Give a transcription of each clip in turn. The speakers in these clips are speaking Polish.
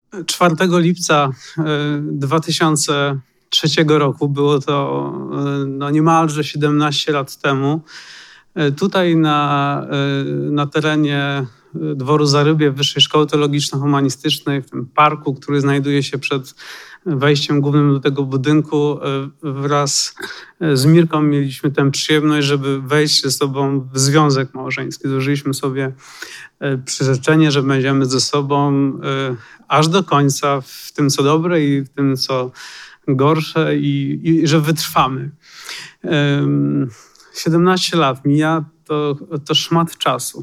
4 lipca 2003 roku, było to niemalże 17 lat temu, tutaj na terenie Dworu Zarybie Wyższej Szkoły Teologiczno-Humanistycznej, w tym parku, który znajduje się przed wejściem głównym do tego budynku, wraz z Mirką mieliśmy tę przyjemność, żeby wejść ze sobą w związek małżeński. Złożyliśmy sobie przyrzeczenie, że będziemy ze sobą aż do końca w tym, co dobre i w tym, co gorsze i że wytrwamy. 17 lat mija, to szmat czasu.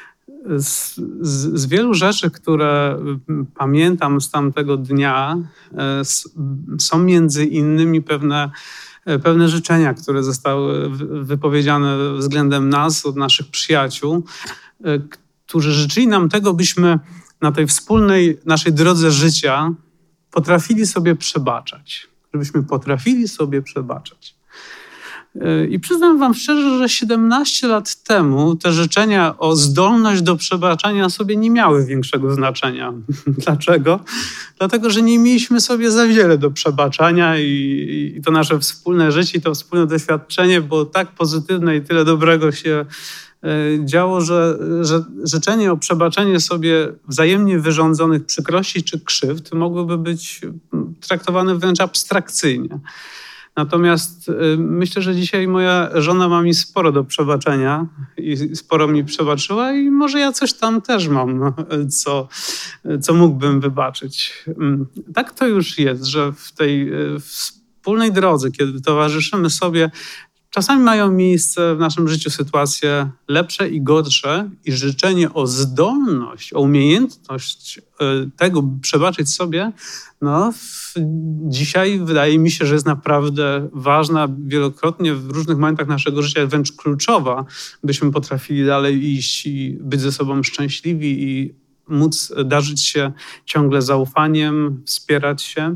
Z wielu rzeczy, które pamiętam z tamtego dnia, są między innymi pewne życzenia, które zostały wypowiedziane względem nas, od naszych przyjaciół, którzy życzyli nam tego, byśmy na tej wspólnej naszej drodze życia potrafili sobie przebaczać. Żebyśmy potrafili sobie przebaczać. I przyznam wam szczerze, że 17 lat temu te życzenia o zdolność do przebaczania sobie nie miały większego znaczenia. Dlaczego? Dlatego, że nie mieliśmy sobie za wiele do przebaczania i to nasze wspólne życie, to wspólne doświadczenie było tak pozytywne i tyle dobrego się działo, że życzenie o przebaczenie sobie wzajemnie wyrządzonych przykrości czy krzywd mogłyby być traktowane wręcz abstrakcyjnie. Natomiast myślę, że dzisiaj moja żona ma mi sporo do przebaczenia i sporo mi przebaczyła i może ja coś tam też mam, co mógłbym wybaczyć. Tak to już jest, że w tej wspólnej drodze, kiedy towarzyszymy sobie, czasami mają miejsce w naszym życiu sytuacje lepsze i gorsze i życzenie o zdolność, o umiejętność tego, by przebaczyć sobie, dzisiaj wydaje mi się, że jest naprawdę ważna, wielokrotnie w różnych momentach naszego życia wręcz kluczowa, byśmy potrafili dalej iść i być ze sobą szczęśliwi i móc darzyć się ciągle zaufaniem, wspierać się.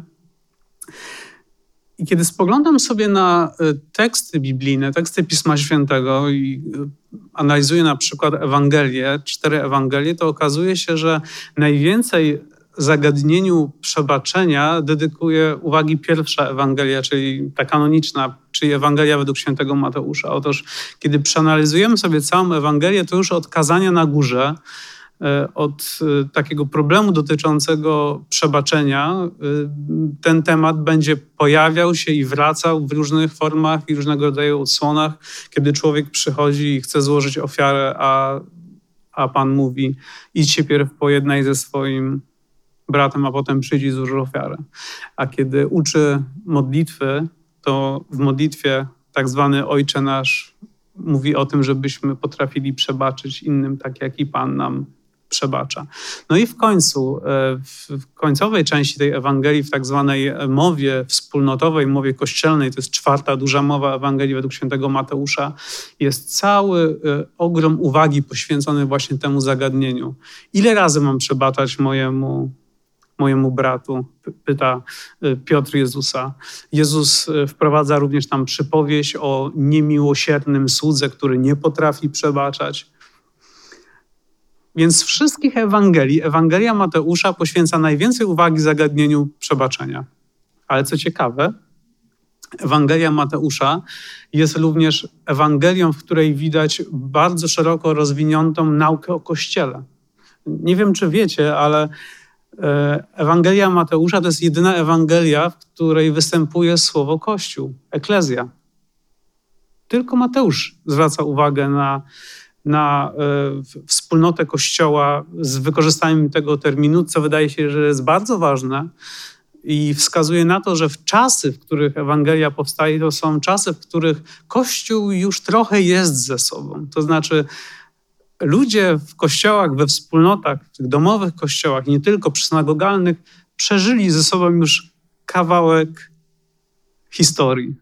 I kiedy spoglądam sobie na teksty biblijne, teksty Pisma Świętego i analizuję na przykład Ewangelie, 4 Ewangelie, to okazuje się, że najwięcej zagadnieniu przebaczenia dedykuje uwagi pierwsza Ewangelia, czyli ta kanoniczna, czyli Ewangelia według świętego Mateusza. Otóż, kiedy przeanalizujemy sobie całą Ewangelię, to już od kazania na górze, od takiego problemu dotyczącego przebaczenia, ten temat będzie pojawiał się i wracał w różnych formach i różnego rodzaju odsłonach, kiedy człowiek przychodzi i chce złożyć ofiarę, a Pan mówi: idź się pierw pojednaj ze swoim bratem, a potem przyjdź i złóż ofiarę. A kiedy uczy modlitwy, to w modlitwie tak zwany Ojcze Nasz mówi o tym, żebyśmy potrafili przebaczyć innym tak, jak i Pan nam przebacza. No i w końcu, w końcowej części tej Ewangelii, w tak zwanej mowie wspólnotowej, mowie kościelnej, to jest 4. duża mowa Ewangelii według świętego Mateusza, jest cały ogrom uwagi poświęcony właśnie temu zagadnieniu. Ile razy mam przebaczać mojemu bratu? Pyta Piotr Jezusa. Jezus wprowadza również tam przypowieść o niemiłosiernym słudze, który nie potrafi przebaczać. Więc z wszystkich Ewangelii, Ewangelia Mateusza poświęca najwięcej uwagi zagadnieniu przebaczenia. Ale co ciekawe, Ewangelia Mateusza jest również Ewangelią, w której widać bardzo szeroko rozwiniętą naukę o Kościele. Nie wiem, czy wiecie, ale Ewangelia Mateusza to jest jedyna Ewangelia, w której występuje słowo Kościół, eklezja. Tylko Mateusz zwraca uwagę na wspólnotę Kościoła z wykorzystaniem tego terminu, co wydaje się, że jest bardzo ważne i wskazuje na to, że czasy, w których Ewangelia powstaje, to są czasy, w których Kościół już trochę jest ze sobą. To znaczy ludzie w kościołach, we wspólnotach, w tych domowych kościołach, nie tylko synagogalnych, przeżyli ze sobą już kawałek historii.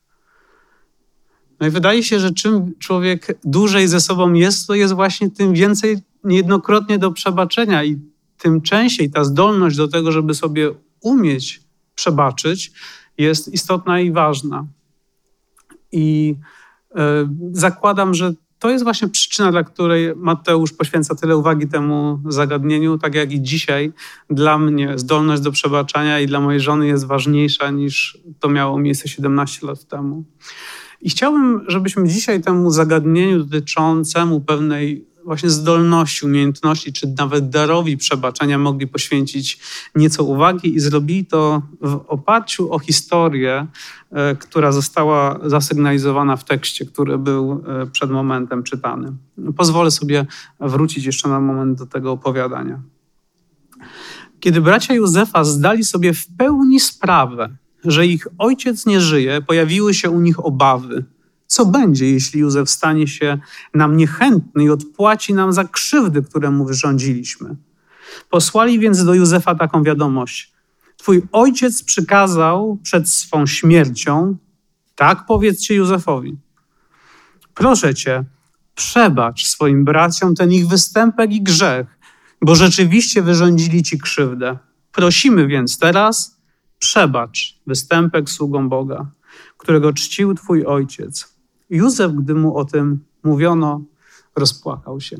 No i wydaje się, że czym człowiek dłużej ze sobą jest, to jest właśnie tym więcej niejednokrotnie do przebaczenia i tym częściej ta zdolność do tego, żeby sobie umieć przebaczyć, jest istotna i ważna. I zakładam, że to jest właśnie przyczyna, dla której Mateusz poświęca tyle uwagi temu zagadnieniu, tak jak i dzisiaj dla mnie zdolność do przebaczania i dla mojej żony jest ważniejsza niż to miało miejsce 17 lat temu. I chciałbym, żebyśmy dzisiaj temu zagadnieniu dotyczącemu pewnej właśnie zdolności, umiejętności, czy nawet darowi przebaczenia mogli poświęcić nieco uwagi i zrobili to w oparciu o historię, która została zasygnalizowana w tekście, który był przed momentem czytany. Pozwolę sobie wrócić jeszcze na moment do tego opowiadania. Kiedy bracia Józefa zdali sobie w pełni sprawę, że ich ojciec nie żyje, pojawiły się u nich obawy. Co będzie, jeśli Józef stanie się nam niechętny i odpłaci nam za krzywdy, które mu wyrządziliśmy? Posłali więc do Józefa taką wiadomość. Twój ojciec przykazał przed swą śmiercią, tak powiedzcie Józefowi. Proszę cię, przebacz swoim braciom ten ich występek i grzech, bo rzeczywiście wyrządzili ci krzywdę. Prosimy więc teraz, przebacz występek sługom Boga, którego czcił twój ojciec. Józef, gdy mu o tym mówiono, rozpłakał się.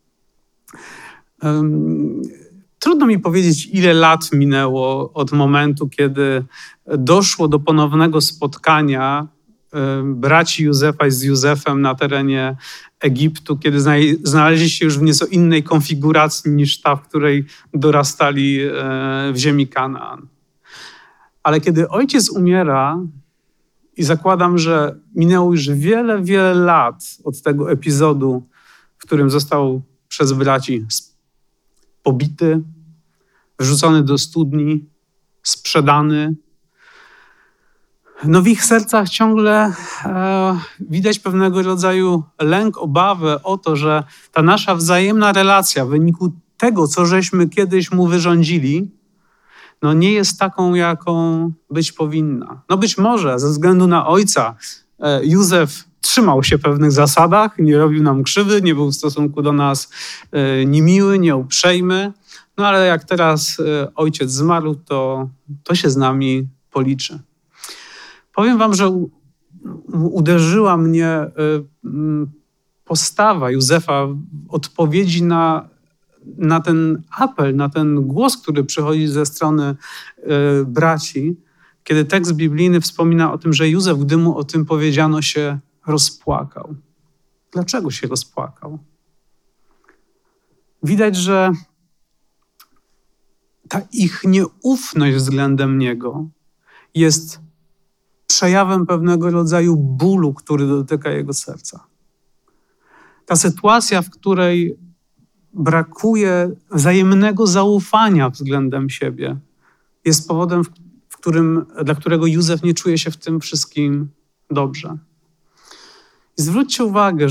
Trudno mi powiedzieć, ile lat minęło od momentu, kiedy doszło do ponownego spotkania braci Józefa z Józefem na terenie Egiptu, kiedy znaleźli się już w nieco innej konfiguracji niż ta, w której dorastali w ziemi Kanaan. Ale kiedy ojciec umiera, i zakładam, że minęło już wiele, wiele lat od tego epizodu, w którym został przez braci pobity, wrzucony do studni, sprzedany. No w ich sercach ciągle widać pewnego rodzaju lęk, obawę o to, że ta nasza wzajemna relacja w wyniku tego, co żeśmy kiedyś mu wyrządzili, no nie jest taką, jaką być powinna. No być może ze względu na ojca Józef trzymał się pewnych zasadach, nie robił nam krzywdy, nie był w stosunku do nas niemiły, nieuprzejmy. No ale jak teraz ojciec zmarł, to się z nami policzy. Powiem wam, że uderzyła mnie postawa Józefa w odpowiedzi na ten apel, na ten głos, który przychodzi ze strony braci, kiedy tekst biblijny wspomina o tym, że Józef, gdy mu o tym powiedziano, się rozpłakał. Dlaczego się rozpłakał? Widać, że ta ich nieufność względem niego jest przejawem pewnego rodzaju bólu, który dotyka jego serca. Ta sytuacja, w której brakuje wzajemnego zaufania względem siebie, jest powodem, dla którego Józef nie czuje się w tym wszystkim dobrze. I zwróćcie uwagę,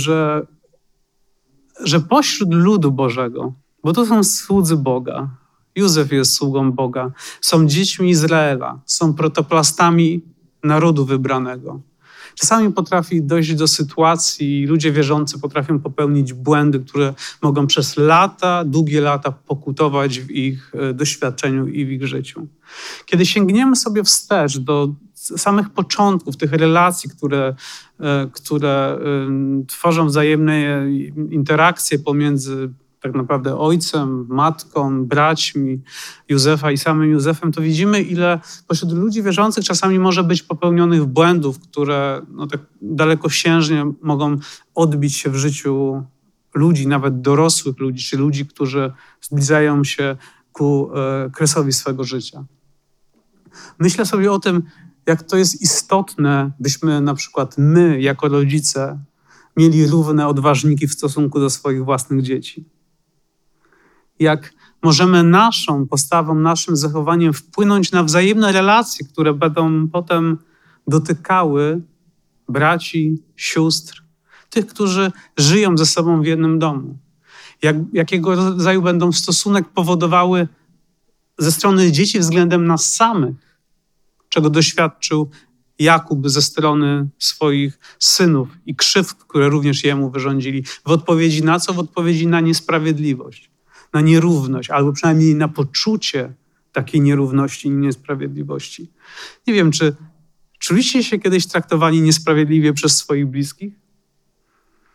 że pośród ludu Bożego, bo to są słudzy Boga, Józef jest sługą Boga, są dziećmi Izraela, są protoplastami narodu wybranego. Czasami potrafi dojść do sytuacji i ludzie wierzący potrafią popełnić błędy, które mogą przez lata, długie lata pokutować w ich doświadczeniu i w ich życiu. Kiedy sięgniemy sobie wstecz do samych początków tych relacji, które tworzą wzajemne interakcje pomiędzy tak naprawdę ojcem, matką, braćmi Józefa i samym Józefem, to widzimy, ile pośród ludzi wierzących czasami może być popełnionych błędów, które tak dalekosiężnie mogą odbić się w życiu ludzi, nawet dorosłych ludzi, czy ludzi, którzy zbliżają się ku kresowi swego życia. Myślę sobie o tym, jak to jest istotne, byśmy na przykład my, jako rodzice, mieli równe odważniki w stosunku do swoich własnych dzieci. Jak możemy naszą postawą, naszym zachowaniem wpłynąć na wzajemne relacje, które będą potem dotykały braci, sióstr, tych, którzy żyją ze sobą w jednym domu. Jakiego rodzaju będą stosunek powodowały ze strony dzieci względem nas samych, czego doświadczył Jakub ze strony swoich synów i krzywd, które również jemu wyrządzili. W odpowiedzi na co? W odpowiedzi na niesprawiedliwość, na nierówność, albo przynajmniej na poczucie takiej nierówności i niesprawiedliwości. Nie wiem, czy czuliście się kiedyś traktowani niesprawiedliwie przez swoich bliskich?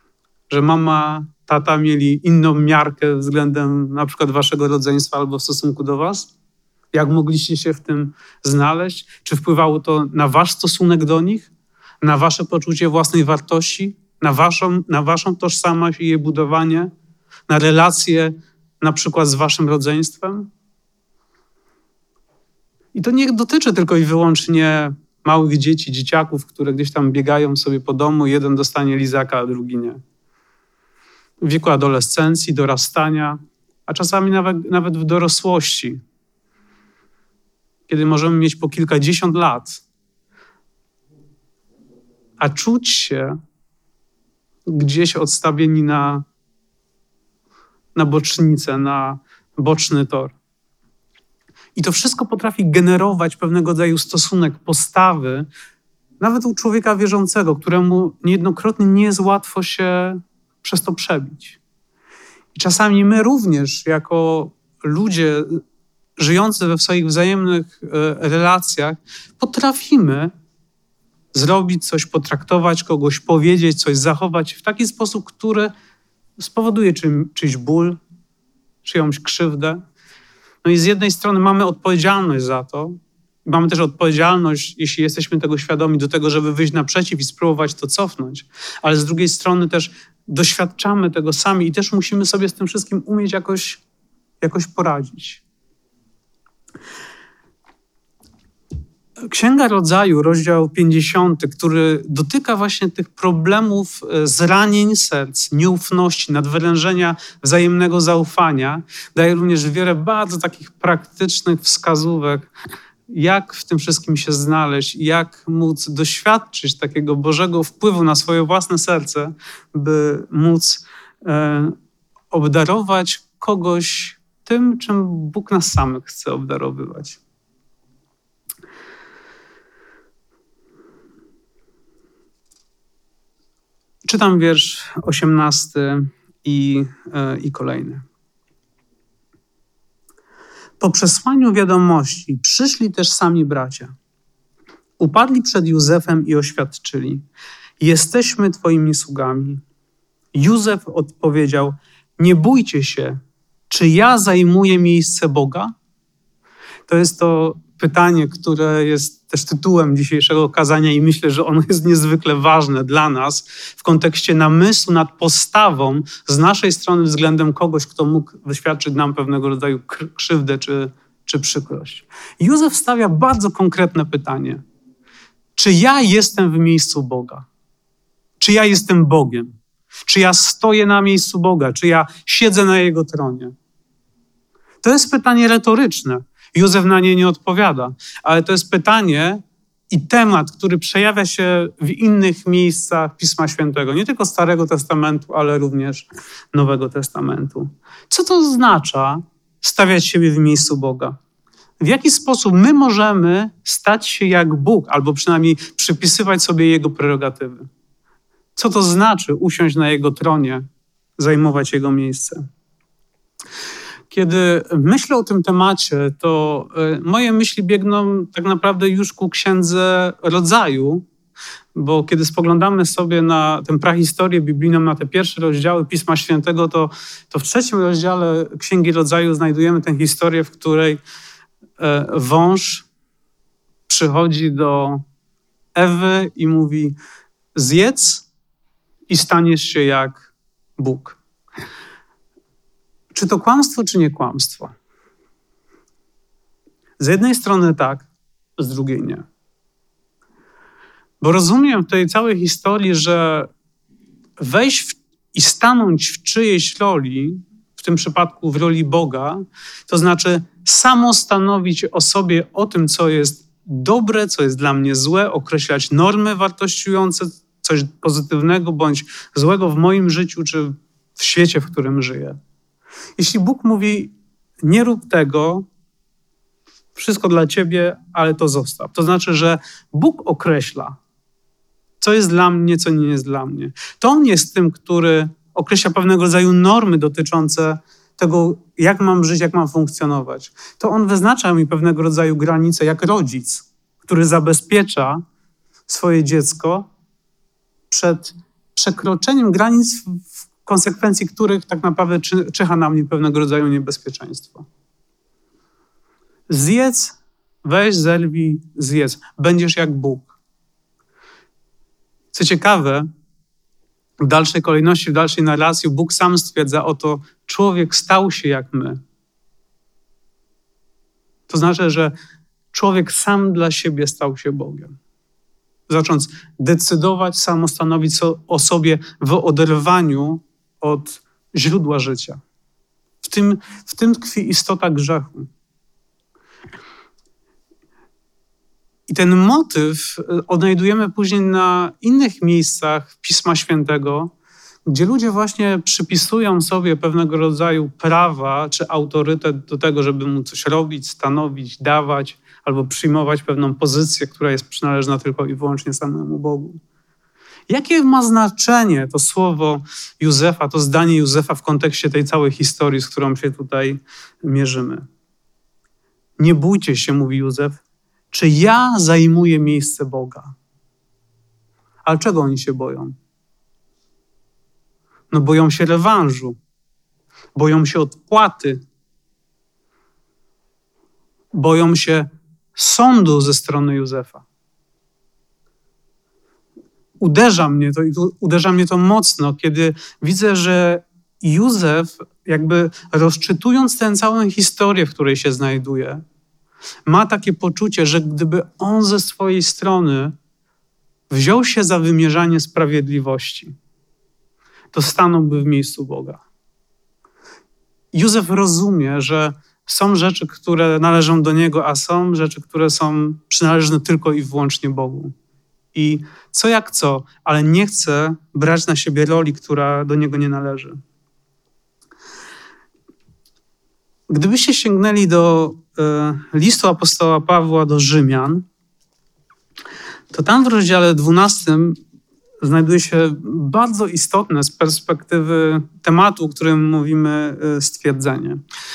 że mama, tata mieli inną miarkę względem na przykład waszego rodzeństwa albo w stosunku do was? Jak mogliście się w tym znaleźć? Czy wpływało to na wasz stosunek do nich? Na wasze poczucie własnej wartości? Na waszą tożsamość i jej budowanie? Na relacje na przykład z waszym rodzeństwem? I to nie dotyczy tylko i wyłącznie małych dzieci, dzieciaków, które gdzieś tam biegają sobie po domu, jeden dostanie lizaka, a drugi nie. W wieku adolescencji, dorastania, a czasami nawet w dorosłości, kiedy możemy mieć po kilkadziesiąt lat, a czuć się gdzieś odstawieni na bocznicę, na boczny tor. I to wszystko potrafi generować pewnego rodzaju stosunek, postawy, nawet u człowieka wierzącego, któremu niejednokrotnie nie jest łatwo się przez to przebić. I czasami my również, jako ludzie żyjący we swoich wzajemnych relacjach, potrafimy zrobić coś, potraktować kogoś, powiedzieć coś, zachować w taki sposób, który spowoduje czyjś ból, czyjąś krzywdę. No i z jednej strony mamy odpowiedzialność za to. Mamy też odpowiedzialność, jeśli jesteśmy tego świadomi, do tego, żeby wyjść naprzeciw i spróbować to cofnąć. Ale z drugiej strony też doświadczamy tego sami i też musimy sobie z tym wszystkim umieć jakoś poradzić. Księga Rodzaju, rozdział 50, który dotyka właśnie tych problemów zranień serc, nieufności, nadwyrężenia wzajemnego zaufania, daje również wiele bardzo takich praktycznych wskazówek, jak w tym wszystkim się znaleźć, jak móc doświadczyć takiego Bożego wpływu na swoje własne serce, by móc obdarować kogoś tym, czym Bóg nas samych chce obdarowywać. Czytam wiersz 18 i kolejny. Po przesłaniu wiadomości przyszli też sami bracia. Upadli przed Józefem i oświadczyli: jesteśmy twoimi sługami. Józef odpowiedział: nie bójcie się, czy ja zajmuję miejsce Boga? To jest to pytanie, które jest też tytułem dzisiejszego kazania i myślę, że ono jest niezwykle ważne dla nas w kontekście namysłu nad postawą z naszej strony względem kogoś, kto mógł wyświadczyć nam pewnego rodzaju krzywdę czy przykrość. Józef stawia bardzo konkretne pytanie. Czy ja jestem w miejscu Boga? Czy ja jestem Bogiem? Czy ja stoję na miejscu Boga? Czy ja siedzę na Jego tronie? To jest pytanie retoryczne. Józef na nie nie odpowiada, ale to jest pytanie i temat, który przejawia się w innych miejscach Pisma Świętego. Nie tylko Starego Testamentu, ale również Nowego Testamentu. Co to oznacza stawiać siebie w miejscu Boga? W jaki sposób my możemy stać się jak Bóg, albo przynajmniej przypisywać sobie Jego prerogatywy? Co to znaczy usiąść na Jego tronie, zajmować Jego miejsce? Kiedy myślę o tym temacie, to moje myśli biegną tak naprawdę już ku Księdze Rodzaju, bo kiedy spoglądamy sobie na tę prahistorię biblijną, na te pierwsze rozdziały Pisma Świętego, to w 3 rozdziale Księgi Rodzaju znajdujemy tę historię, w której wąż przychodzi do Ewy i mówi: zjedz i staniesz się jak Bóg. Czy to kłamstwo, czy nie kłamstwo? Z jednej strony tak, z drugiej nie. Bo rozumiem w tej całej historii, że wejść i stanąć w czyjejś roli, w tym przypadku w roli Boga, to znaczy samo stanowić o sobie, o tym, co jest dobre, co jest dla mnie złe, określać normy wartościujące, coś pozytywnego bądź złego w moim życiu, czy w świecie, w którym żyję. Jeśli Bóg mówi: nie rób tego, wszystko dla ciebie, ale to zostaw. To znaczy, że Bóg określa, co jest dla mnie, co nie jest dla mnie. To On jest tym, który określa pewnego rodzaju normy dotyczące tego, jak mam żyć, jak mam funkcjonować. To On wyznacza mi pewnego rodzaju granice, jak rodzic, który zabezpiecza swoje dziecko przed przekroczeniem granic, w konsekwencji których tak naprawdę czyha na mnie pewnego rodzaju niebezpieczeństwo. Zjedz, weź, zerwij, zjedz. Będziesz jak Bóg. Co ciekawe, w dalszej kolejności, w dalszej narracji Bóg sam stwierdza, oto człowiek stał się jak my. To znaczy, że człowiek sam dla siebie stał się Bogiem. Zacząc decydować, samostanowić o sobie w oderwaniu od źródła życia. W tym tkwi istota grzechu. I ten motyw odnajdujemy później na innych miejscach Pisma Świętego, gdzie ludzie właśnie przypisują sobie pewnego rodzaju prawa czy autorytet do tego, żeby mu coś robić, stanowić, dawać albo przyjmować pewną pozycję, która jest przynależna tylko i wyłącznie samemu Bogu. Jakie ma znaczenie to słowo Józefa, to zdanie Józefa w kontekście tej całej historii, z którą się tutaj mierzymy? Nie bójcie się, mówi Józef, czy ja zajmuję miejsce Boga? Ale czego oni się boją? No boją się rewanżu, boją się odpłaty, boją się sądu ze strony Józefa. Uderza mnie to mocno, kiedy widzę, że Józef, jakby rozczytując tę całą historię, w której się znajduje, ma takie poczucie, że gdyby on ze swojej strony wziął się za wymierzanie sprawiedliwości, to stanąłby w miejscu Boga. Józef rozumie, że są rzeczy, które należą do niego, a są rzeczy, które są przynależne tylko i wyłącznie Bogu. I co jak co, ale nie chce brać na siebie roli, która do niego nie należy. Gdybyście sięgnęli do listu apostoła Pawła do Rzymian, to tam w rozdziale 12 znajduje się bardzo istotne z perspektywy tematu, o którym mówimy, stwierdzenie.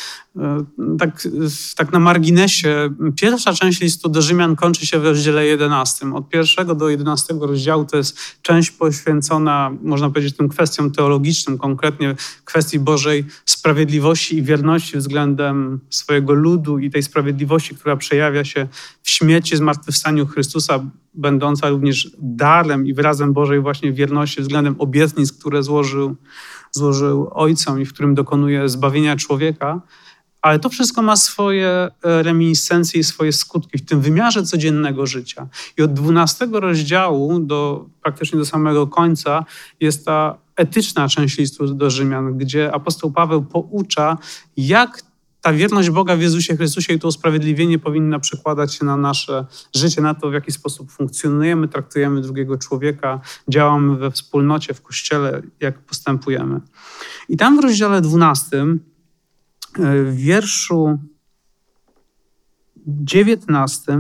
Tak na marginesie, pierwsza część listu do Rzymian kończy się w rozdziale 11. Od 1 do 11 rozdziału to jest część poświęcona, można powiedzieć, tym kwestiom teologicznym, konkretnie kwestii Bożej sprawiedliwości i wierności względem swojego ludu i tej sprawiedliwości, która przejawia się w śmierci, zmartwychwstaniu Chrystusa, będąca również darem i wyrazem Bożej właśnie wierności względem obietnic, które złożył Ojcom i w którym dokonuje zbawienia człowieka. Ale to wszystko ma swoje reminiscencje i swoje skutki w tym wymiarze codziennego życia. I od 12 rozdziału praktycznie do samego końca jest ta etyczna część listu do Rzymian, gdzie apostoł Paweł poucza, jak ta wierność Boga w Jezusie Chrystusie i to usprawiedliwienie powinna przekładać się na nasze życie, na to, w jaki sposób funkcjonujemy, traktujemy drugiego człowieka, działamy we wspólnocie, w Kościele, jak postępujemy. I tam w rozdziale 12, w wierszu 19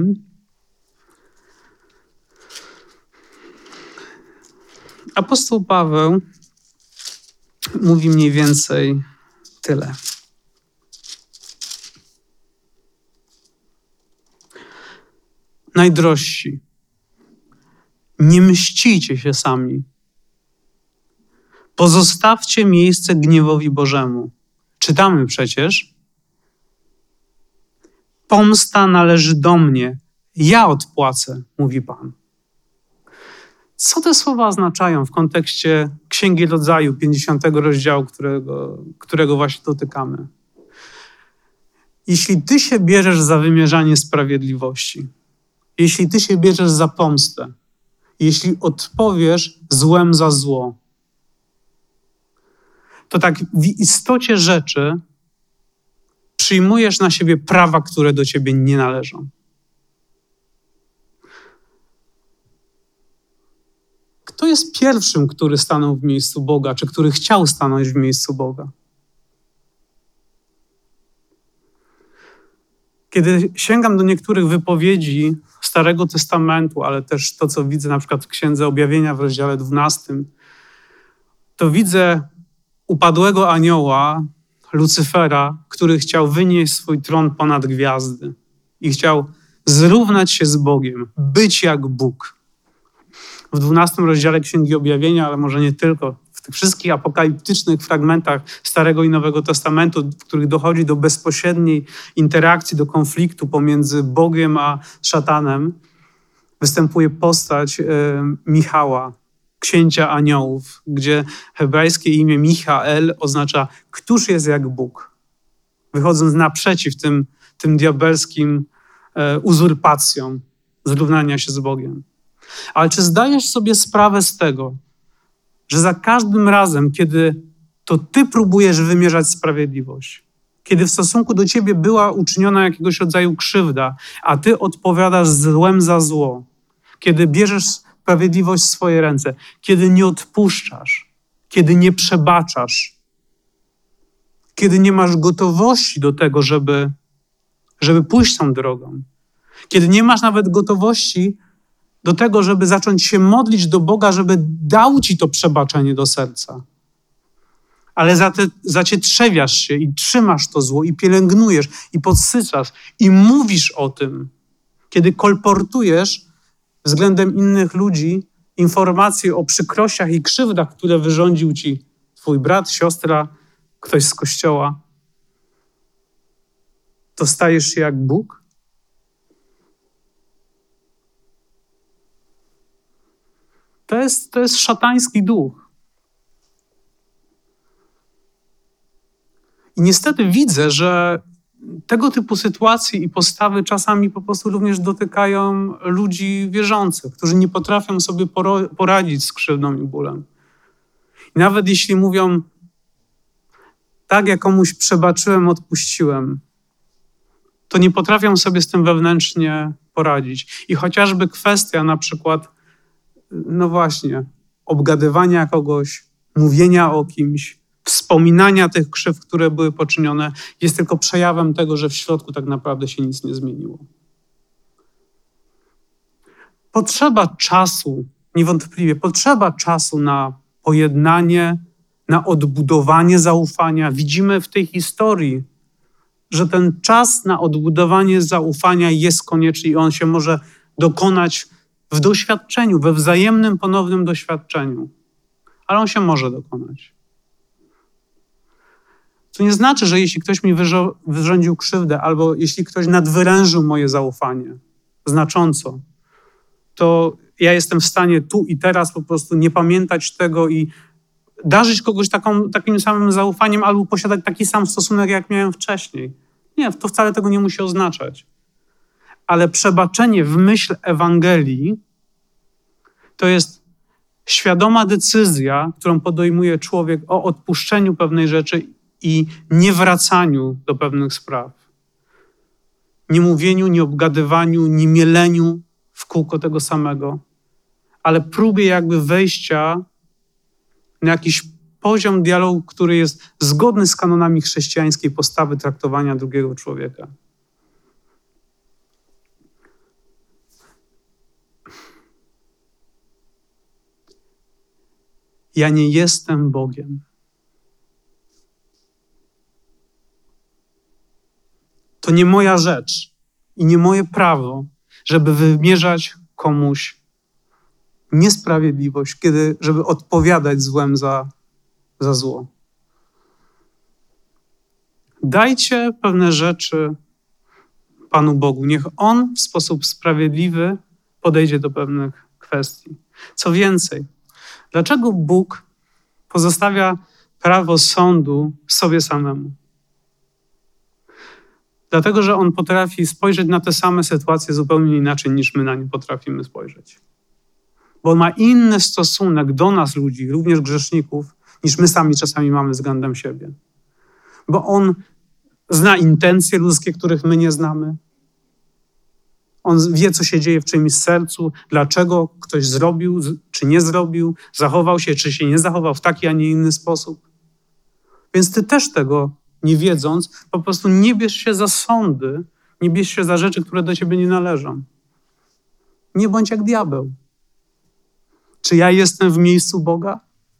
apostoł Paweł mówi mniej więcej tyle. Najdrożsi, nie mścijcie się sami. Pozostawcie miejsce gniewowi Bożemu. Czytamy przecież, pomsta należy do mnie, ja odpłacę, mówi Pan. Co te słowa oznaczają w kontekście Księgi Rodzaju, 50 rozdziału, którego właśnie dotykamy? Jeśli ty się bierzesz za wymierzanie sprawiedliwości, jeśli ty się bierzesz za pomstę, jeśli odpowiesz złem za zło, to tak w istocie rzeczy przyjmujesz na siebie prawa, które do ciebie nie należą. Kto jest pierwszym, który stanął w miejscu Boga, czy który chciał stanąć w miejscu Boga? Kiedy sięgam do niektórych wypowiedzi Starego Testamentu, ale też to, co widzę na przykład w Księdze Objawienia w rozdziale 12, to widzę upadłego anioła, Lucyfera, który chciał wynieść swój tron ponad gwiazdy i chciał zrównać się z Bogiem, być jak Bóg. w 12 rozdziale Księgi Objawienia, ale może nie tylko, w tych wszystkich apokaliptycznych fragmentach Starego i Nowego Testamentu, w których dochodzi do bezpośredniej interakcji, do konfliktu pomiędzy Bogiem a szatanem, występuje postać Michała, księcia aniołów, gdzie hebrajskie imię Michael oznacza któż jest jak Bóg, wychodząc naprzeciw tym diabelskim uzurpacjom zrównania się z Bogiem. Ale czy zdajesz sobie sprawę z tego, że za każdym razem, kiedy to ty próbujesz wymierzać sprawiedliwość, kiedy w stosunku do ciebie była uczyniona jakiegoś rodzaju krzywda, a ty odpowiadasz złem za zło, kiedy bierzesz sprawiedliwość w swoje ręce, kiedy nie odpuszczasz, kiedy nie przebaczasz, kiedy nie masz gotowości do tego, żeby pójść tą drogą, kiedy nie masz nawet gotowości do tego, żeby zacząć się modlić do Boga, żeby dał ci to przebaczenie do serca. Ale zacietrzewiasz się i trzymasz to zło i pielęgnujesz i podsycasz i mówisz o tym, kiedy kolportujesz względem innych ludzi informacje o przykrościach i krzywdach, które wyrządził ci twój brat, siostra, ktoś z kościoła, to stajesz się jak Bóg? To jest szatański duch. I niestety widzę, że tego typu sytuacje i postawy czasami po prostu również dotykają ludzi wierzących, którzy nie potrafią sobie poradzić z krzywdą i bólem. I nawet jeśli mówią, tak, jak komuś przebaczyłem, odpuściłem, to nie potrafią sobie z tym wewnętrznie poradzić. I chociażby kwestia na przykład, no właśnie, obgadywania kogoś, mówienia o kimś, wspominania tych krzywd, które były poczynione, jest tylko przejawem tego, że w środku tak naprawdę się nic nie zmieniło. Potrzeba czasu, niewątpliwie, potrzeba czasu na pojednanie, na odbudowanie zaufania. Widzimy w tej historii, że ten czas na odbudowanie zaufania jest konieczny i on się może dokonać w doświadczeniu, we wzajemnym, ponownym doświadczeniu. Ale on się może dokonać. To nie znaczy, że jeśli ktoś mi wyrządził krzywdę albo jeśli ktoś nadwyrężył moje zaufanie znacząco, to ja jestem w stanie tu i teraz po prostu nie pamiętać tego i darzyć kogoś takim samym zaufaniem albo posiadać taki sam stosunek, jak miałem wcześniej. Nie, to wcale tego nie musi oznaczać. Ale przebaczenie w myśl Ewangelii to jest świadoma decyzja, którą podejmuje człowiek o odpuszczeniu pewnej rzeczy i niewracaniu do pewnych spraw. Nie mówieniu, nie obgadywaniu, nie mieleniu w kółko tego samego, ale próbie jakby wejścia na jakiś poziom dialogu, który jest zgodny z kanonami chrześcijańskiej postawy traktowania drugiego człowieka. Ja nie jestem Bogiem. To nie moja rzecz i nie moje prawo, żeby wymierzać komuś niesprawiedliwość, żeby odpowiadać złem za zło. Dajcie pewne rzeczy Panu Bogu. Niech On w sposób sprawiedliwy podejdzie do pewnych kwestii. Co więcej, dlaczego Bóg pozostawia prawo sądu sobie samemu? Dlatego, że On potrafi spojrzeć na te same sytuacje zupełnie inaczej, niż my na nie potrafimy spojrzeć. Bo On ma inny stosunek do nas, ludzi, również grzeszników, niż my sami czasami mamy względem siebie. Bo On zna intencje ludzkie, których my nie znamy. On wie, co się dzieje w czyimś sercu, dlaczego ktoś zrobił, czy nie zrobił, zachował się, czy się nie zachował w taki, a nie inny sposób. Więc ty też tego nie wiedząc, po prostu nie bierz się za sądy, nie bierz się za rzeczy, które do ciebie nie należą. Nie bądź jak diabeł. Czy ja jestem w miejscu Boga?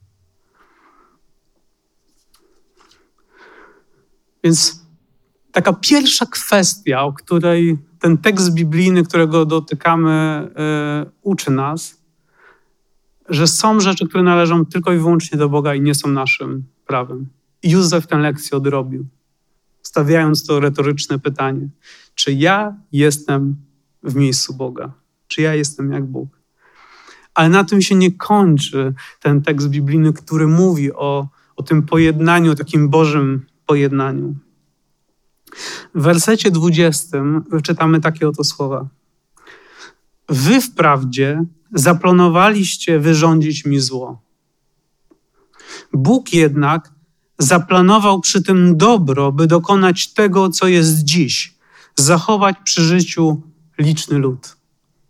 Więc taka pierwsza kwestia, o której ten tekst biblijny, którego dotykamy, uczy nas, że są rzeczy, które należą tylko i wyłącznie do Boga i nie są naszym prawem. I Józef tę lekcję odrobił, stawiając to retoryczne pytanie. Czy ja jestem w miejscu Boga? Czy ja jestem jak Bóg? Ale na tym się nie kończy ten tekst biblijny, który mówi o tym pojednaniu, o takim Bożym pojednaniu. W wersecie 20 czytamy takie oto słowa. Wy wprawdzie zaplanowaliście wyrządzić mi zło. Bóg jednak zaplanował przy tym dobro, by dokonać tego, co jest dziś, zachować przy życiu liczny lud.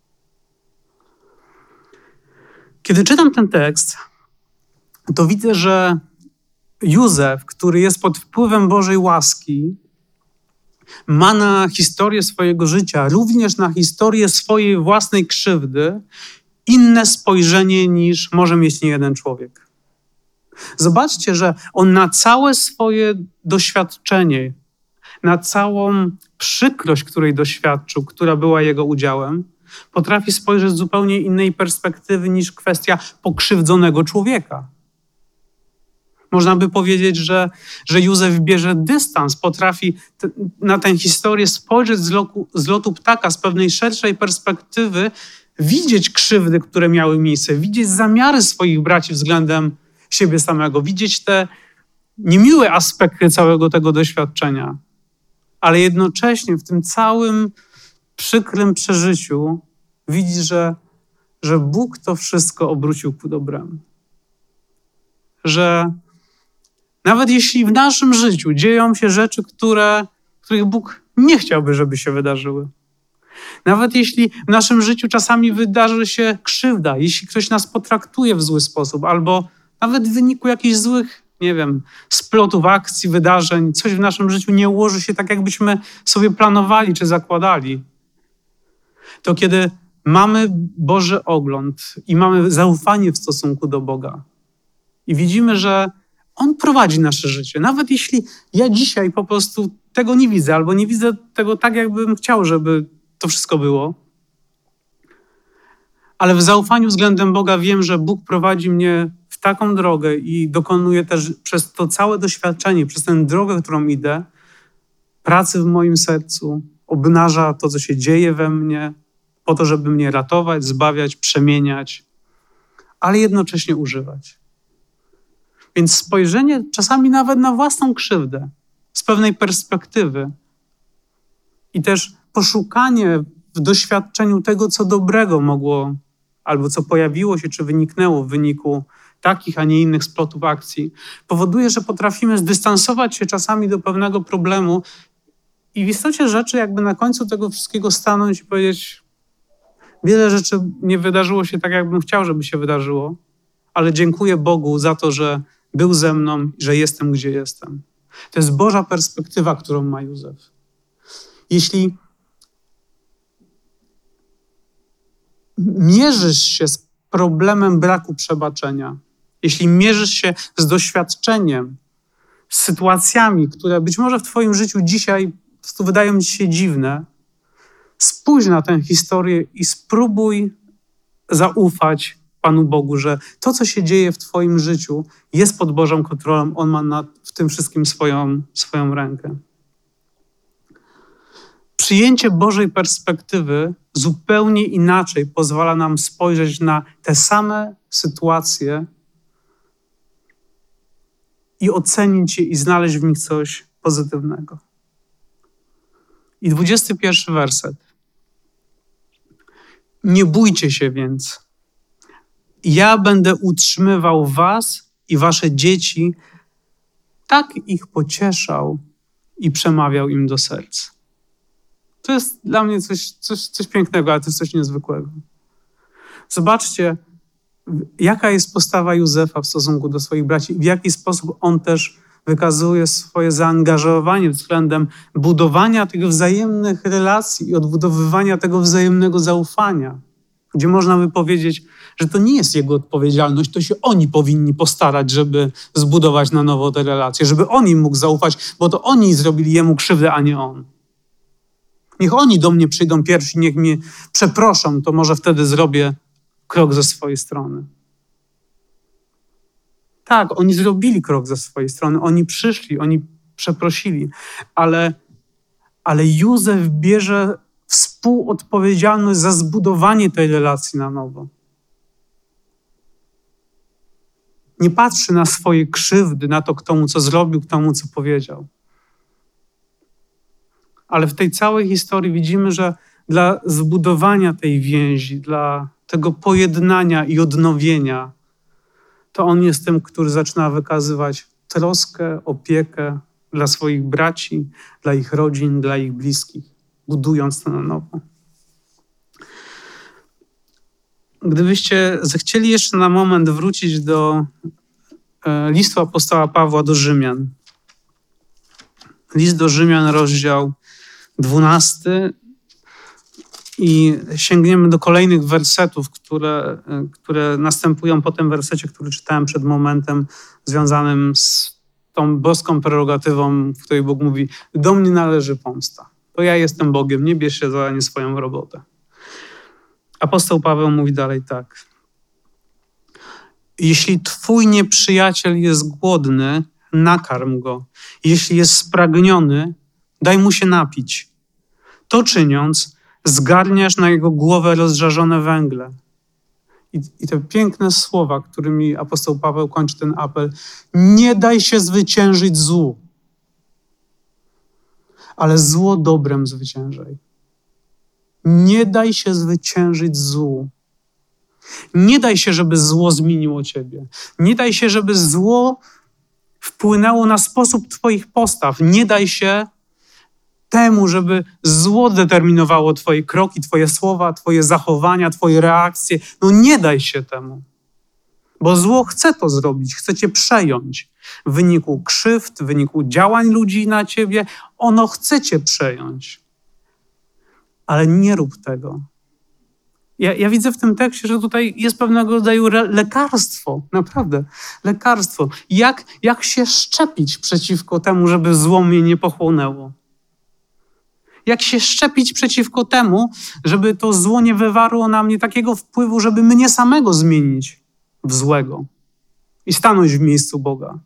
Kiedy czytam ten tekst, to widzę, że Józef, który jest pod wpływem Bożej łaski, ma na historię swojego życia, również na historię swojej własnej krzywdy, inne spojrzenie niż może mieć niejeden człowiek. Zobaczcie, że on na całe swoje doświadczenie, na całą przykrość, której doświadczył, która była jego udziałem, potrafi spojrzeć z zupełnie innej perspektywy niż kwestia pokrzywdzonego człowieka. Można by powiedzieć, że Józef bierze dystans, potrafi na tę historię spojrzeć z lotu ptaka, z pewnej szerszej perspektywy, widzieć krzywdy, które miały miejsce, widzieć zamiary swoich braci względem siebie samego, widzieć te niemiłe aspekty całego tego doświadczenia, ale jednocześnie w tym całym przykrym przeżyciu widzi, że Bóg to wszystko obrócił ku dobremu. Że nawet jeśli w naszym życiu dzieją się rzeczy, których Bóg nie chciałby, żeby się wydarzyły. Nawet jeśli w naszym życiu czasami wydarzy się krzywda, jeśli ktoś nas potraktuje w zły sposób, albo nawet w wyniku jakichś złych, splotów akcji, wydarzeń, coś w naszym życiu nie ułoży się tak, jakbyśmy sobie planowali czy zakładali, to kiedy mamy Boży ogląd i mamy zaufanie w stosunku do Boga i widzimy, że On prowadzi nasze życie. Nawet jeśli ja dzisiaj po prostu tego nie widzę, albo nie widzę tego tak, jakbym chciał, żeby to wszystko było. Ale w zaufaniu względem Boga wiem, że Bóg prowadzi mnie w taką drogę i dokonuje też przez to całe doświadczenie, przez tę drogę, którą idę, pracy w moim sercu, obnaża to, co się dzieje we mnie, po to, żeby mnie ratować, zbawiać, przemieniać, ale jednocześnie używać. Więc spojrzenie czasami nawet na własną krzywdę z pewnej perspektywy i też poszukanie w doświadczeniu tego, co dobrego mogło albo co pojawiło się, czy wyniknęło w wyniku takich, a nie innych splotów akcji, powoduje, że potrafimy zdystansować się czasami do pewnego problemu i w istocie rzeczy jakby na końcu tego wszystkiego stanąć i powiedzieć, wiele rzeczy nie wydarzyło się tak, jakbym chciał, żeby się wydarzyło, ale dziękuję Bogu za to, że był ze mną, że jestem, gdzie jestem. To jest Boża perspektywa, którą ma Józef. Jeśli mierzysz się z problemem braku przebaczenia, jeśli mierzysz się z doświadczeniem, z sytuacjami, które być może w twoim życiu dzisiaj po prostu wydają ci się dziwne, spójrz na tę historię i spróbuj zaufać Panu Bogu, że to, co się dzieje w twoim życiu, jest pod Bożą kontrolą. On ma w tym wszystkim swoją rękę. Przyjęcie Bożej perspektywy zupełnie inaczej pozwala nam spojrzeć na te same sytuacje i ocenić je i znaleźć w nich coś pozytywnego. I 21 werset. Nie bójcie się więc. Ja będę utrzymywał was i wasze dzieci, tak ich pocieszał i przemawiał im do serc. To jest dla mnie coś pięknego, ale to jest coś niezwykłego. Zobaczcie, jaka jest postawa Józefa w stosunku do swoich braci i w jaki sposób on też wykazuje swoje zaangażowanie względem budowania tych wzajemnych relacji i odbudowywania tego wzajemnego zaufania, gdzie można by powiedzieć, że to nie jest jego odpowiedzialność, to się oni powinni postarać, żeby zbudować na nowo te relacje, żeby on im mógł zaufać, bo to oni zrobili jemu krzywdę, a nie on. Niech oni do mnie przyjdą pierwsi, niech mnie przeproszą, to może wtedy zrobię krok ze swojej strony. Tak, oni zrobili krok ze swojej strony, oni przyszli, oni przeprosili, ale Józef bierze współodpowiedzialność za zbudowanie tej relacji na nowo. Nie patrzy na swoje krzywdy, na to, kto mu co zrobił, kto mu co powiedział. Ale w tej całej historii widzimy, że dla zbudowania tej więzi, dla tego pojednania i odnowienia, to on jest tym, który zaczyna wykazywać troskę, opiekę dla swoich braci, dla ich rodzin, dla ich bliskich, budując to na nowo. Gdybyście zechcieli jeszcze na moment wrócić do listu apostoła Pawła do Rzymian. List do Rzymian, rozdział 12 i sięgniemy do kolejnych wersetów, które następują po tym wersecie, który czytałem przed momentem, związanym z tą boską prerogatywą, w której Bóg mówi: do mnie należy pomsta. To ja jestem Bogiem, nie bierz się za nie swoją robotę. Apostoł Paweł mówi dalej tak. Jeśli twój nieprzyjaciel jest głodny, nakarm go. Jeśli jest spragniony, daj mu się napić. To czyniąc, zgarniasz na jego głowę rozżarzone węgle. I te piękne słowa, którymi apostoł Paweł kończy ten apel. Nie daj się zwyciężyć złu, ale zło dobrem zwyciężaj. Nie daj się zwyciężyć złu. Nie daj się, żeby zło zmieniło ciebie. Nie daj się, żeby zło wpłynęło na sposób twoich postaw. Nie daj się temu, żeby zło determinowało twoje kroki, twoje słowa, twoje zachowania, twoje reakcje. No nie daj się temu. Bo zło chce to zrobić, chce cię przejąć. W wyniku krzywd, w wyniku działań ludzi na ciebie, ono chce cię przejąć. Ale nie rób tego. Ja widzę w tym tekście, że tutaj jest pewnego rodzaju lekarstwo, naprawdę, lekarstwo. Jak się szczepić przeciwko temu, żeby zło mnie nie pochłonęło? Jak się szczepić przeciwko temu, żeby to zło nie wywarło na mnie takiego wpływu, żeby mnie samego zmienić w złego i stanąć w miejscu Boga?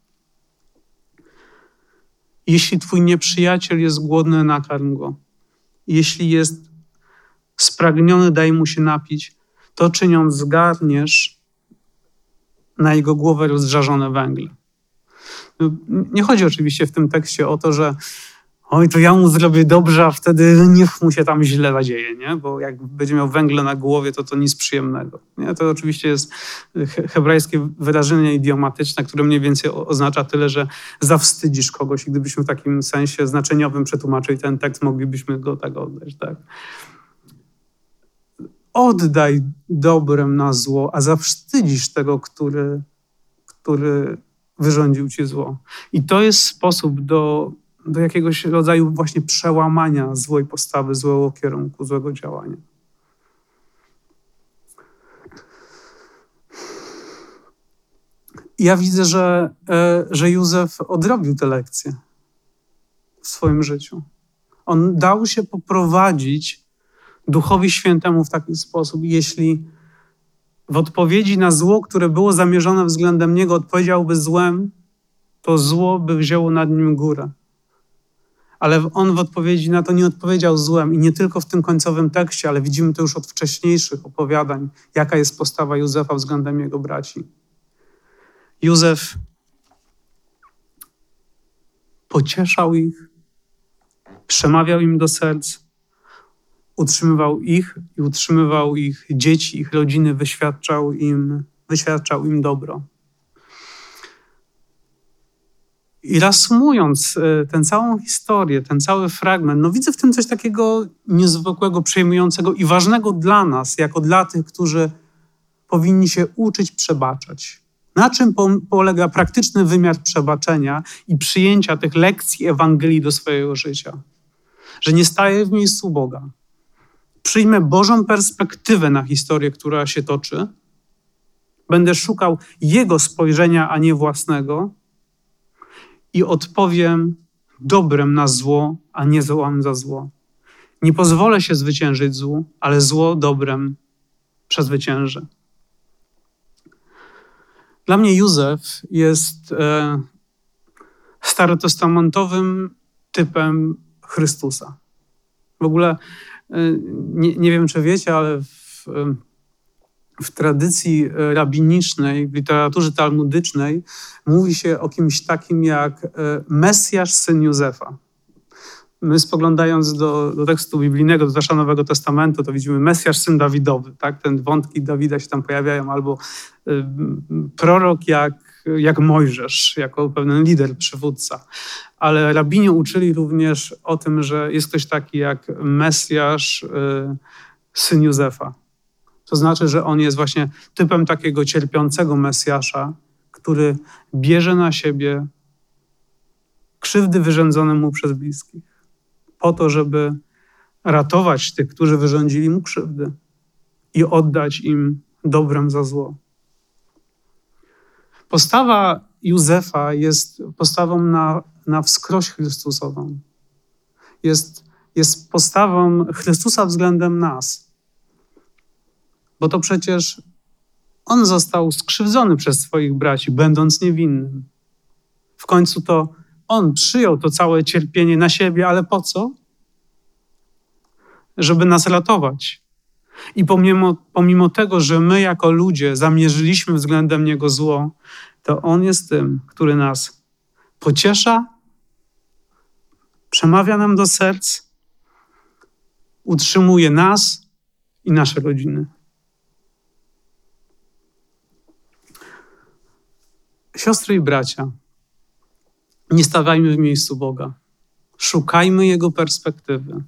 Jeśli twój nieprzyjaciel jest głodny, nakarm go. Jeśli jest spragniony, daj mu się napić. To czyniąc, zgarniesz na jego głowę rozżarzone węgle. Nie chodzi oczywiście w tym tekście o to, że oj, to ja mu zrobię dobrze, a wtedy niech mu się tam źle zadzieje, nie? Bo jak będzie miał węgle na głowie, to nic przyjemnego. Nie? To oczywiście jest hebrajskie wyrażenie idiomatyczne, które mniej więcej oznacza tyle, że zawstydzisz kogoś. I gdybyśmy w takim sensie znaczeniowym przetłumaczyli ten tekst, moglibyśmy go tak oddać, tak? Oddaj dobrem na zło, a zawstydzisz tego, który wyrządził ci zło. I to jest sposób do jakiegoś rodzaju właśnie przełamania złej postawy, złego kierunku, złego działania. Ja widzę, że Józef odrobił tę lekcję w swoim życiu. On dał się poprowadzić Duchowi Świętemu w taki sposób, jeśli w odpowiedzi na zło, które było zamierzone względem niego, odpowiedziałby złem, to zło by wzięło nad nim górę. Ale on w odpowiedzi na to nie odpowiedział złem i nie tylko w tym końcowym tekście, ale widzimy to już od wcześniejszych opowiadań, jaka jest postawa Józefa względem jego braci. Józef pocieszał ich, przemawiał im do serc, utrzymywał ich i utrzymywał ich dzieci, ich rodziny, wyświadczał im dobro. I reasumując tę całą historię, ten cały fragment, widzę w tym coś takiego niezwykłego, przejmującego i ważnego dla nas, jako dla tych, którzy powinni się uczyć przebaczać. Na czym polega praktyczny wymiar przebaczenia i przyjęcia tych lekcji Ewangelii do swojego życia? Że nie staję w miejscu Boga. Przyjmę Bożą perspektywę na historię, która się toczy. Będę szukał Jego spojrzenia, a nie własnego. I odpowiem dobrem na zło, a nie złem za zło. Nie pozwolę się zwyciężyć złu, ale zło dobrem przezwyciężę. Dla mnie Józef jest starotestamentowym typem Chrystusa. W ogóle nie wiem, czy wiecie, ale w tradycji rabinicznej, w literaturze talmudycznej mówi się o kimś takim jak Mesjasz, syn Józefa. My spoglądając do tekstu biblijnego, do zwłaszcza Nowego Testamentu, to widzimy Mesjasz, syn Dawidowy. Tak? Te wątki Dawida się tam pojawiają, albo prorok jak Mojżesz, jako pewien lider, przywódca. Ale rabini uczyli również o tym, że jest ktoś taki jak Mesjasz, syn Józefa. To znaczy, że on jest właśnie typem takiego cierpiącego Mesjasza, który bierze na siebie krzywdy wyrządzone mu przez bliskich, po to, żeby ratować tych, którzy wyrządzili mu krzywdy i oddać im dobrem za zło. Postawa Józefa jest postawą na wskroś Chrystusową. Jest postawą Chrystusa względem nas. Bo to przecież on został skrzywdzony przez swoich braci, będąc niewinnym. W końcu to on przyjął to całe cierpienie na siebie, ale po co? Żeby nas ratować. I pomimo tego, że my jako ludzie zamierzyliśmy względem niego zło, to on jest tym, który nas pociesza, przemawia nam do serc, utrzymuje nas i nasze rodziny. Siostry i bracia, nie stawiajmy w miejscu Boga. Szukajmy Jego perspektywy.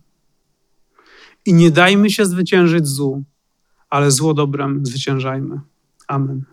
I nie dajmy się zwyciężyć złu, ale zło dobrem zwyciężajmy. Amen.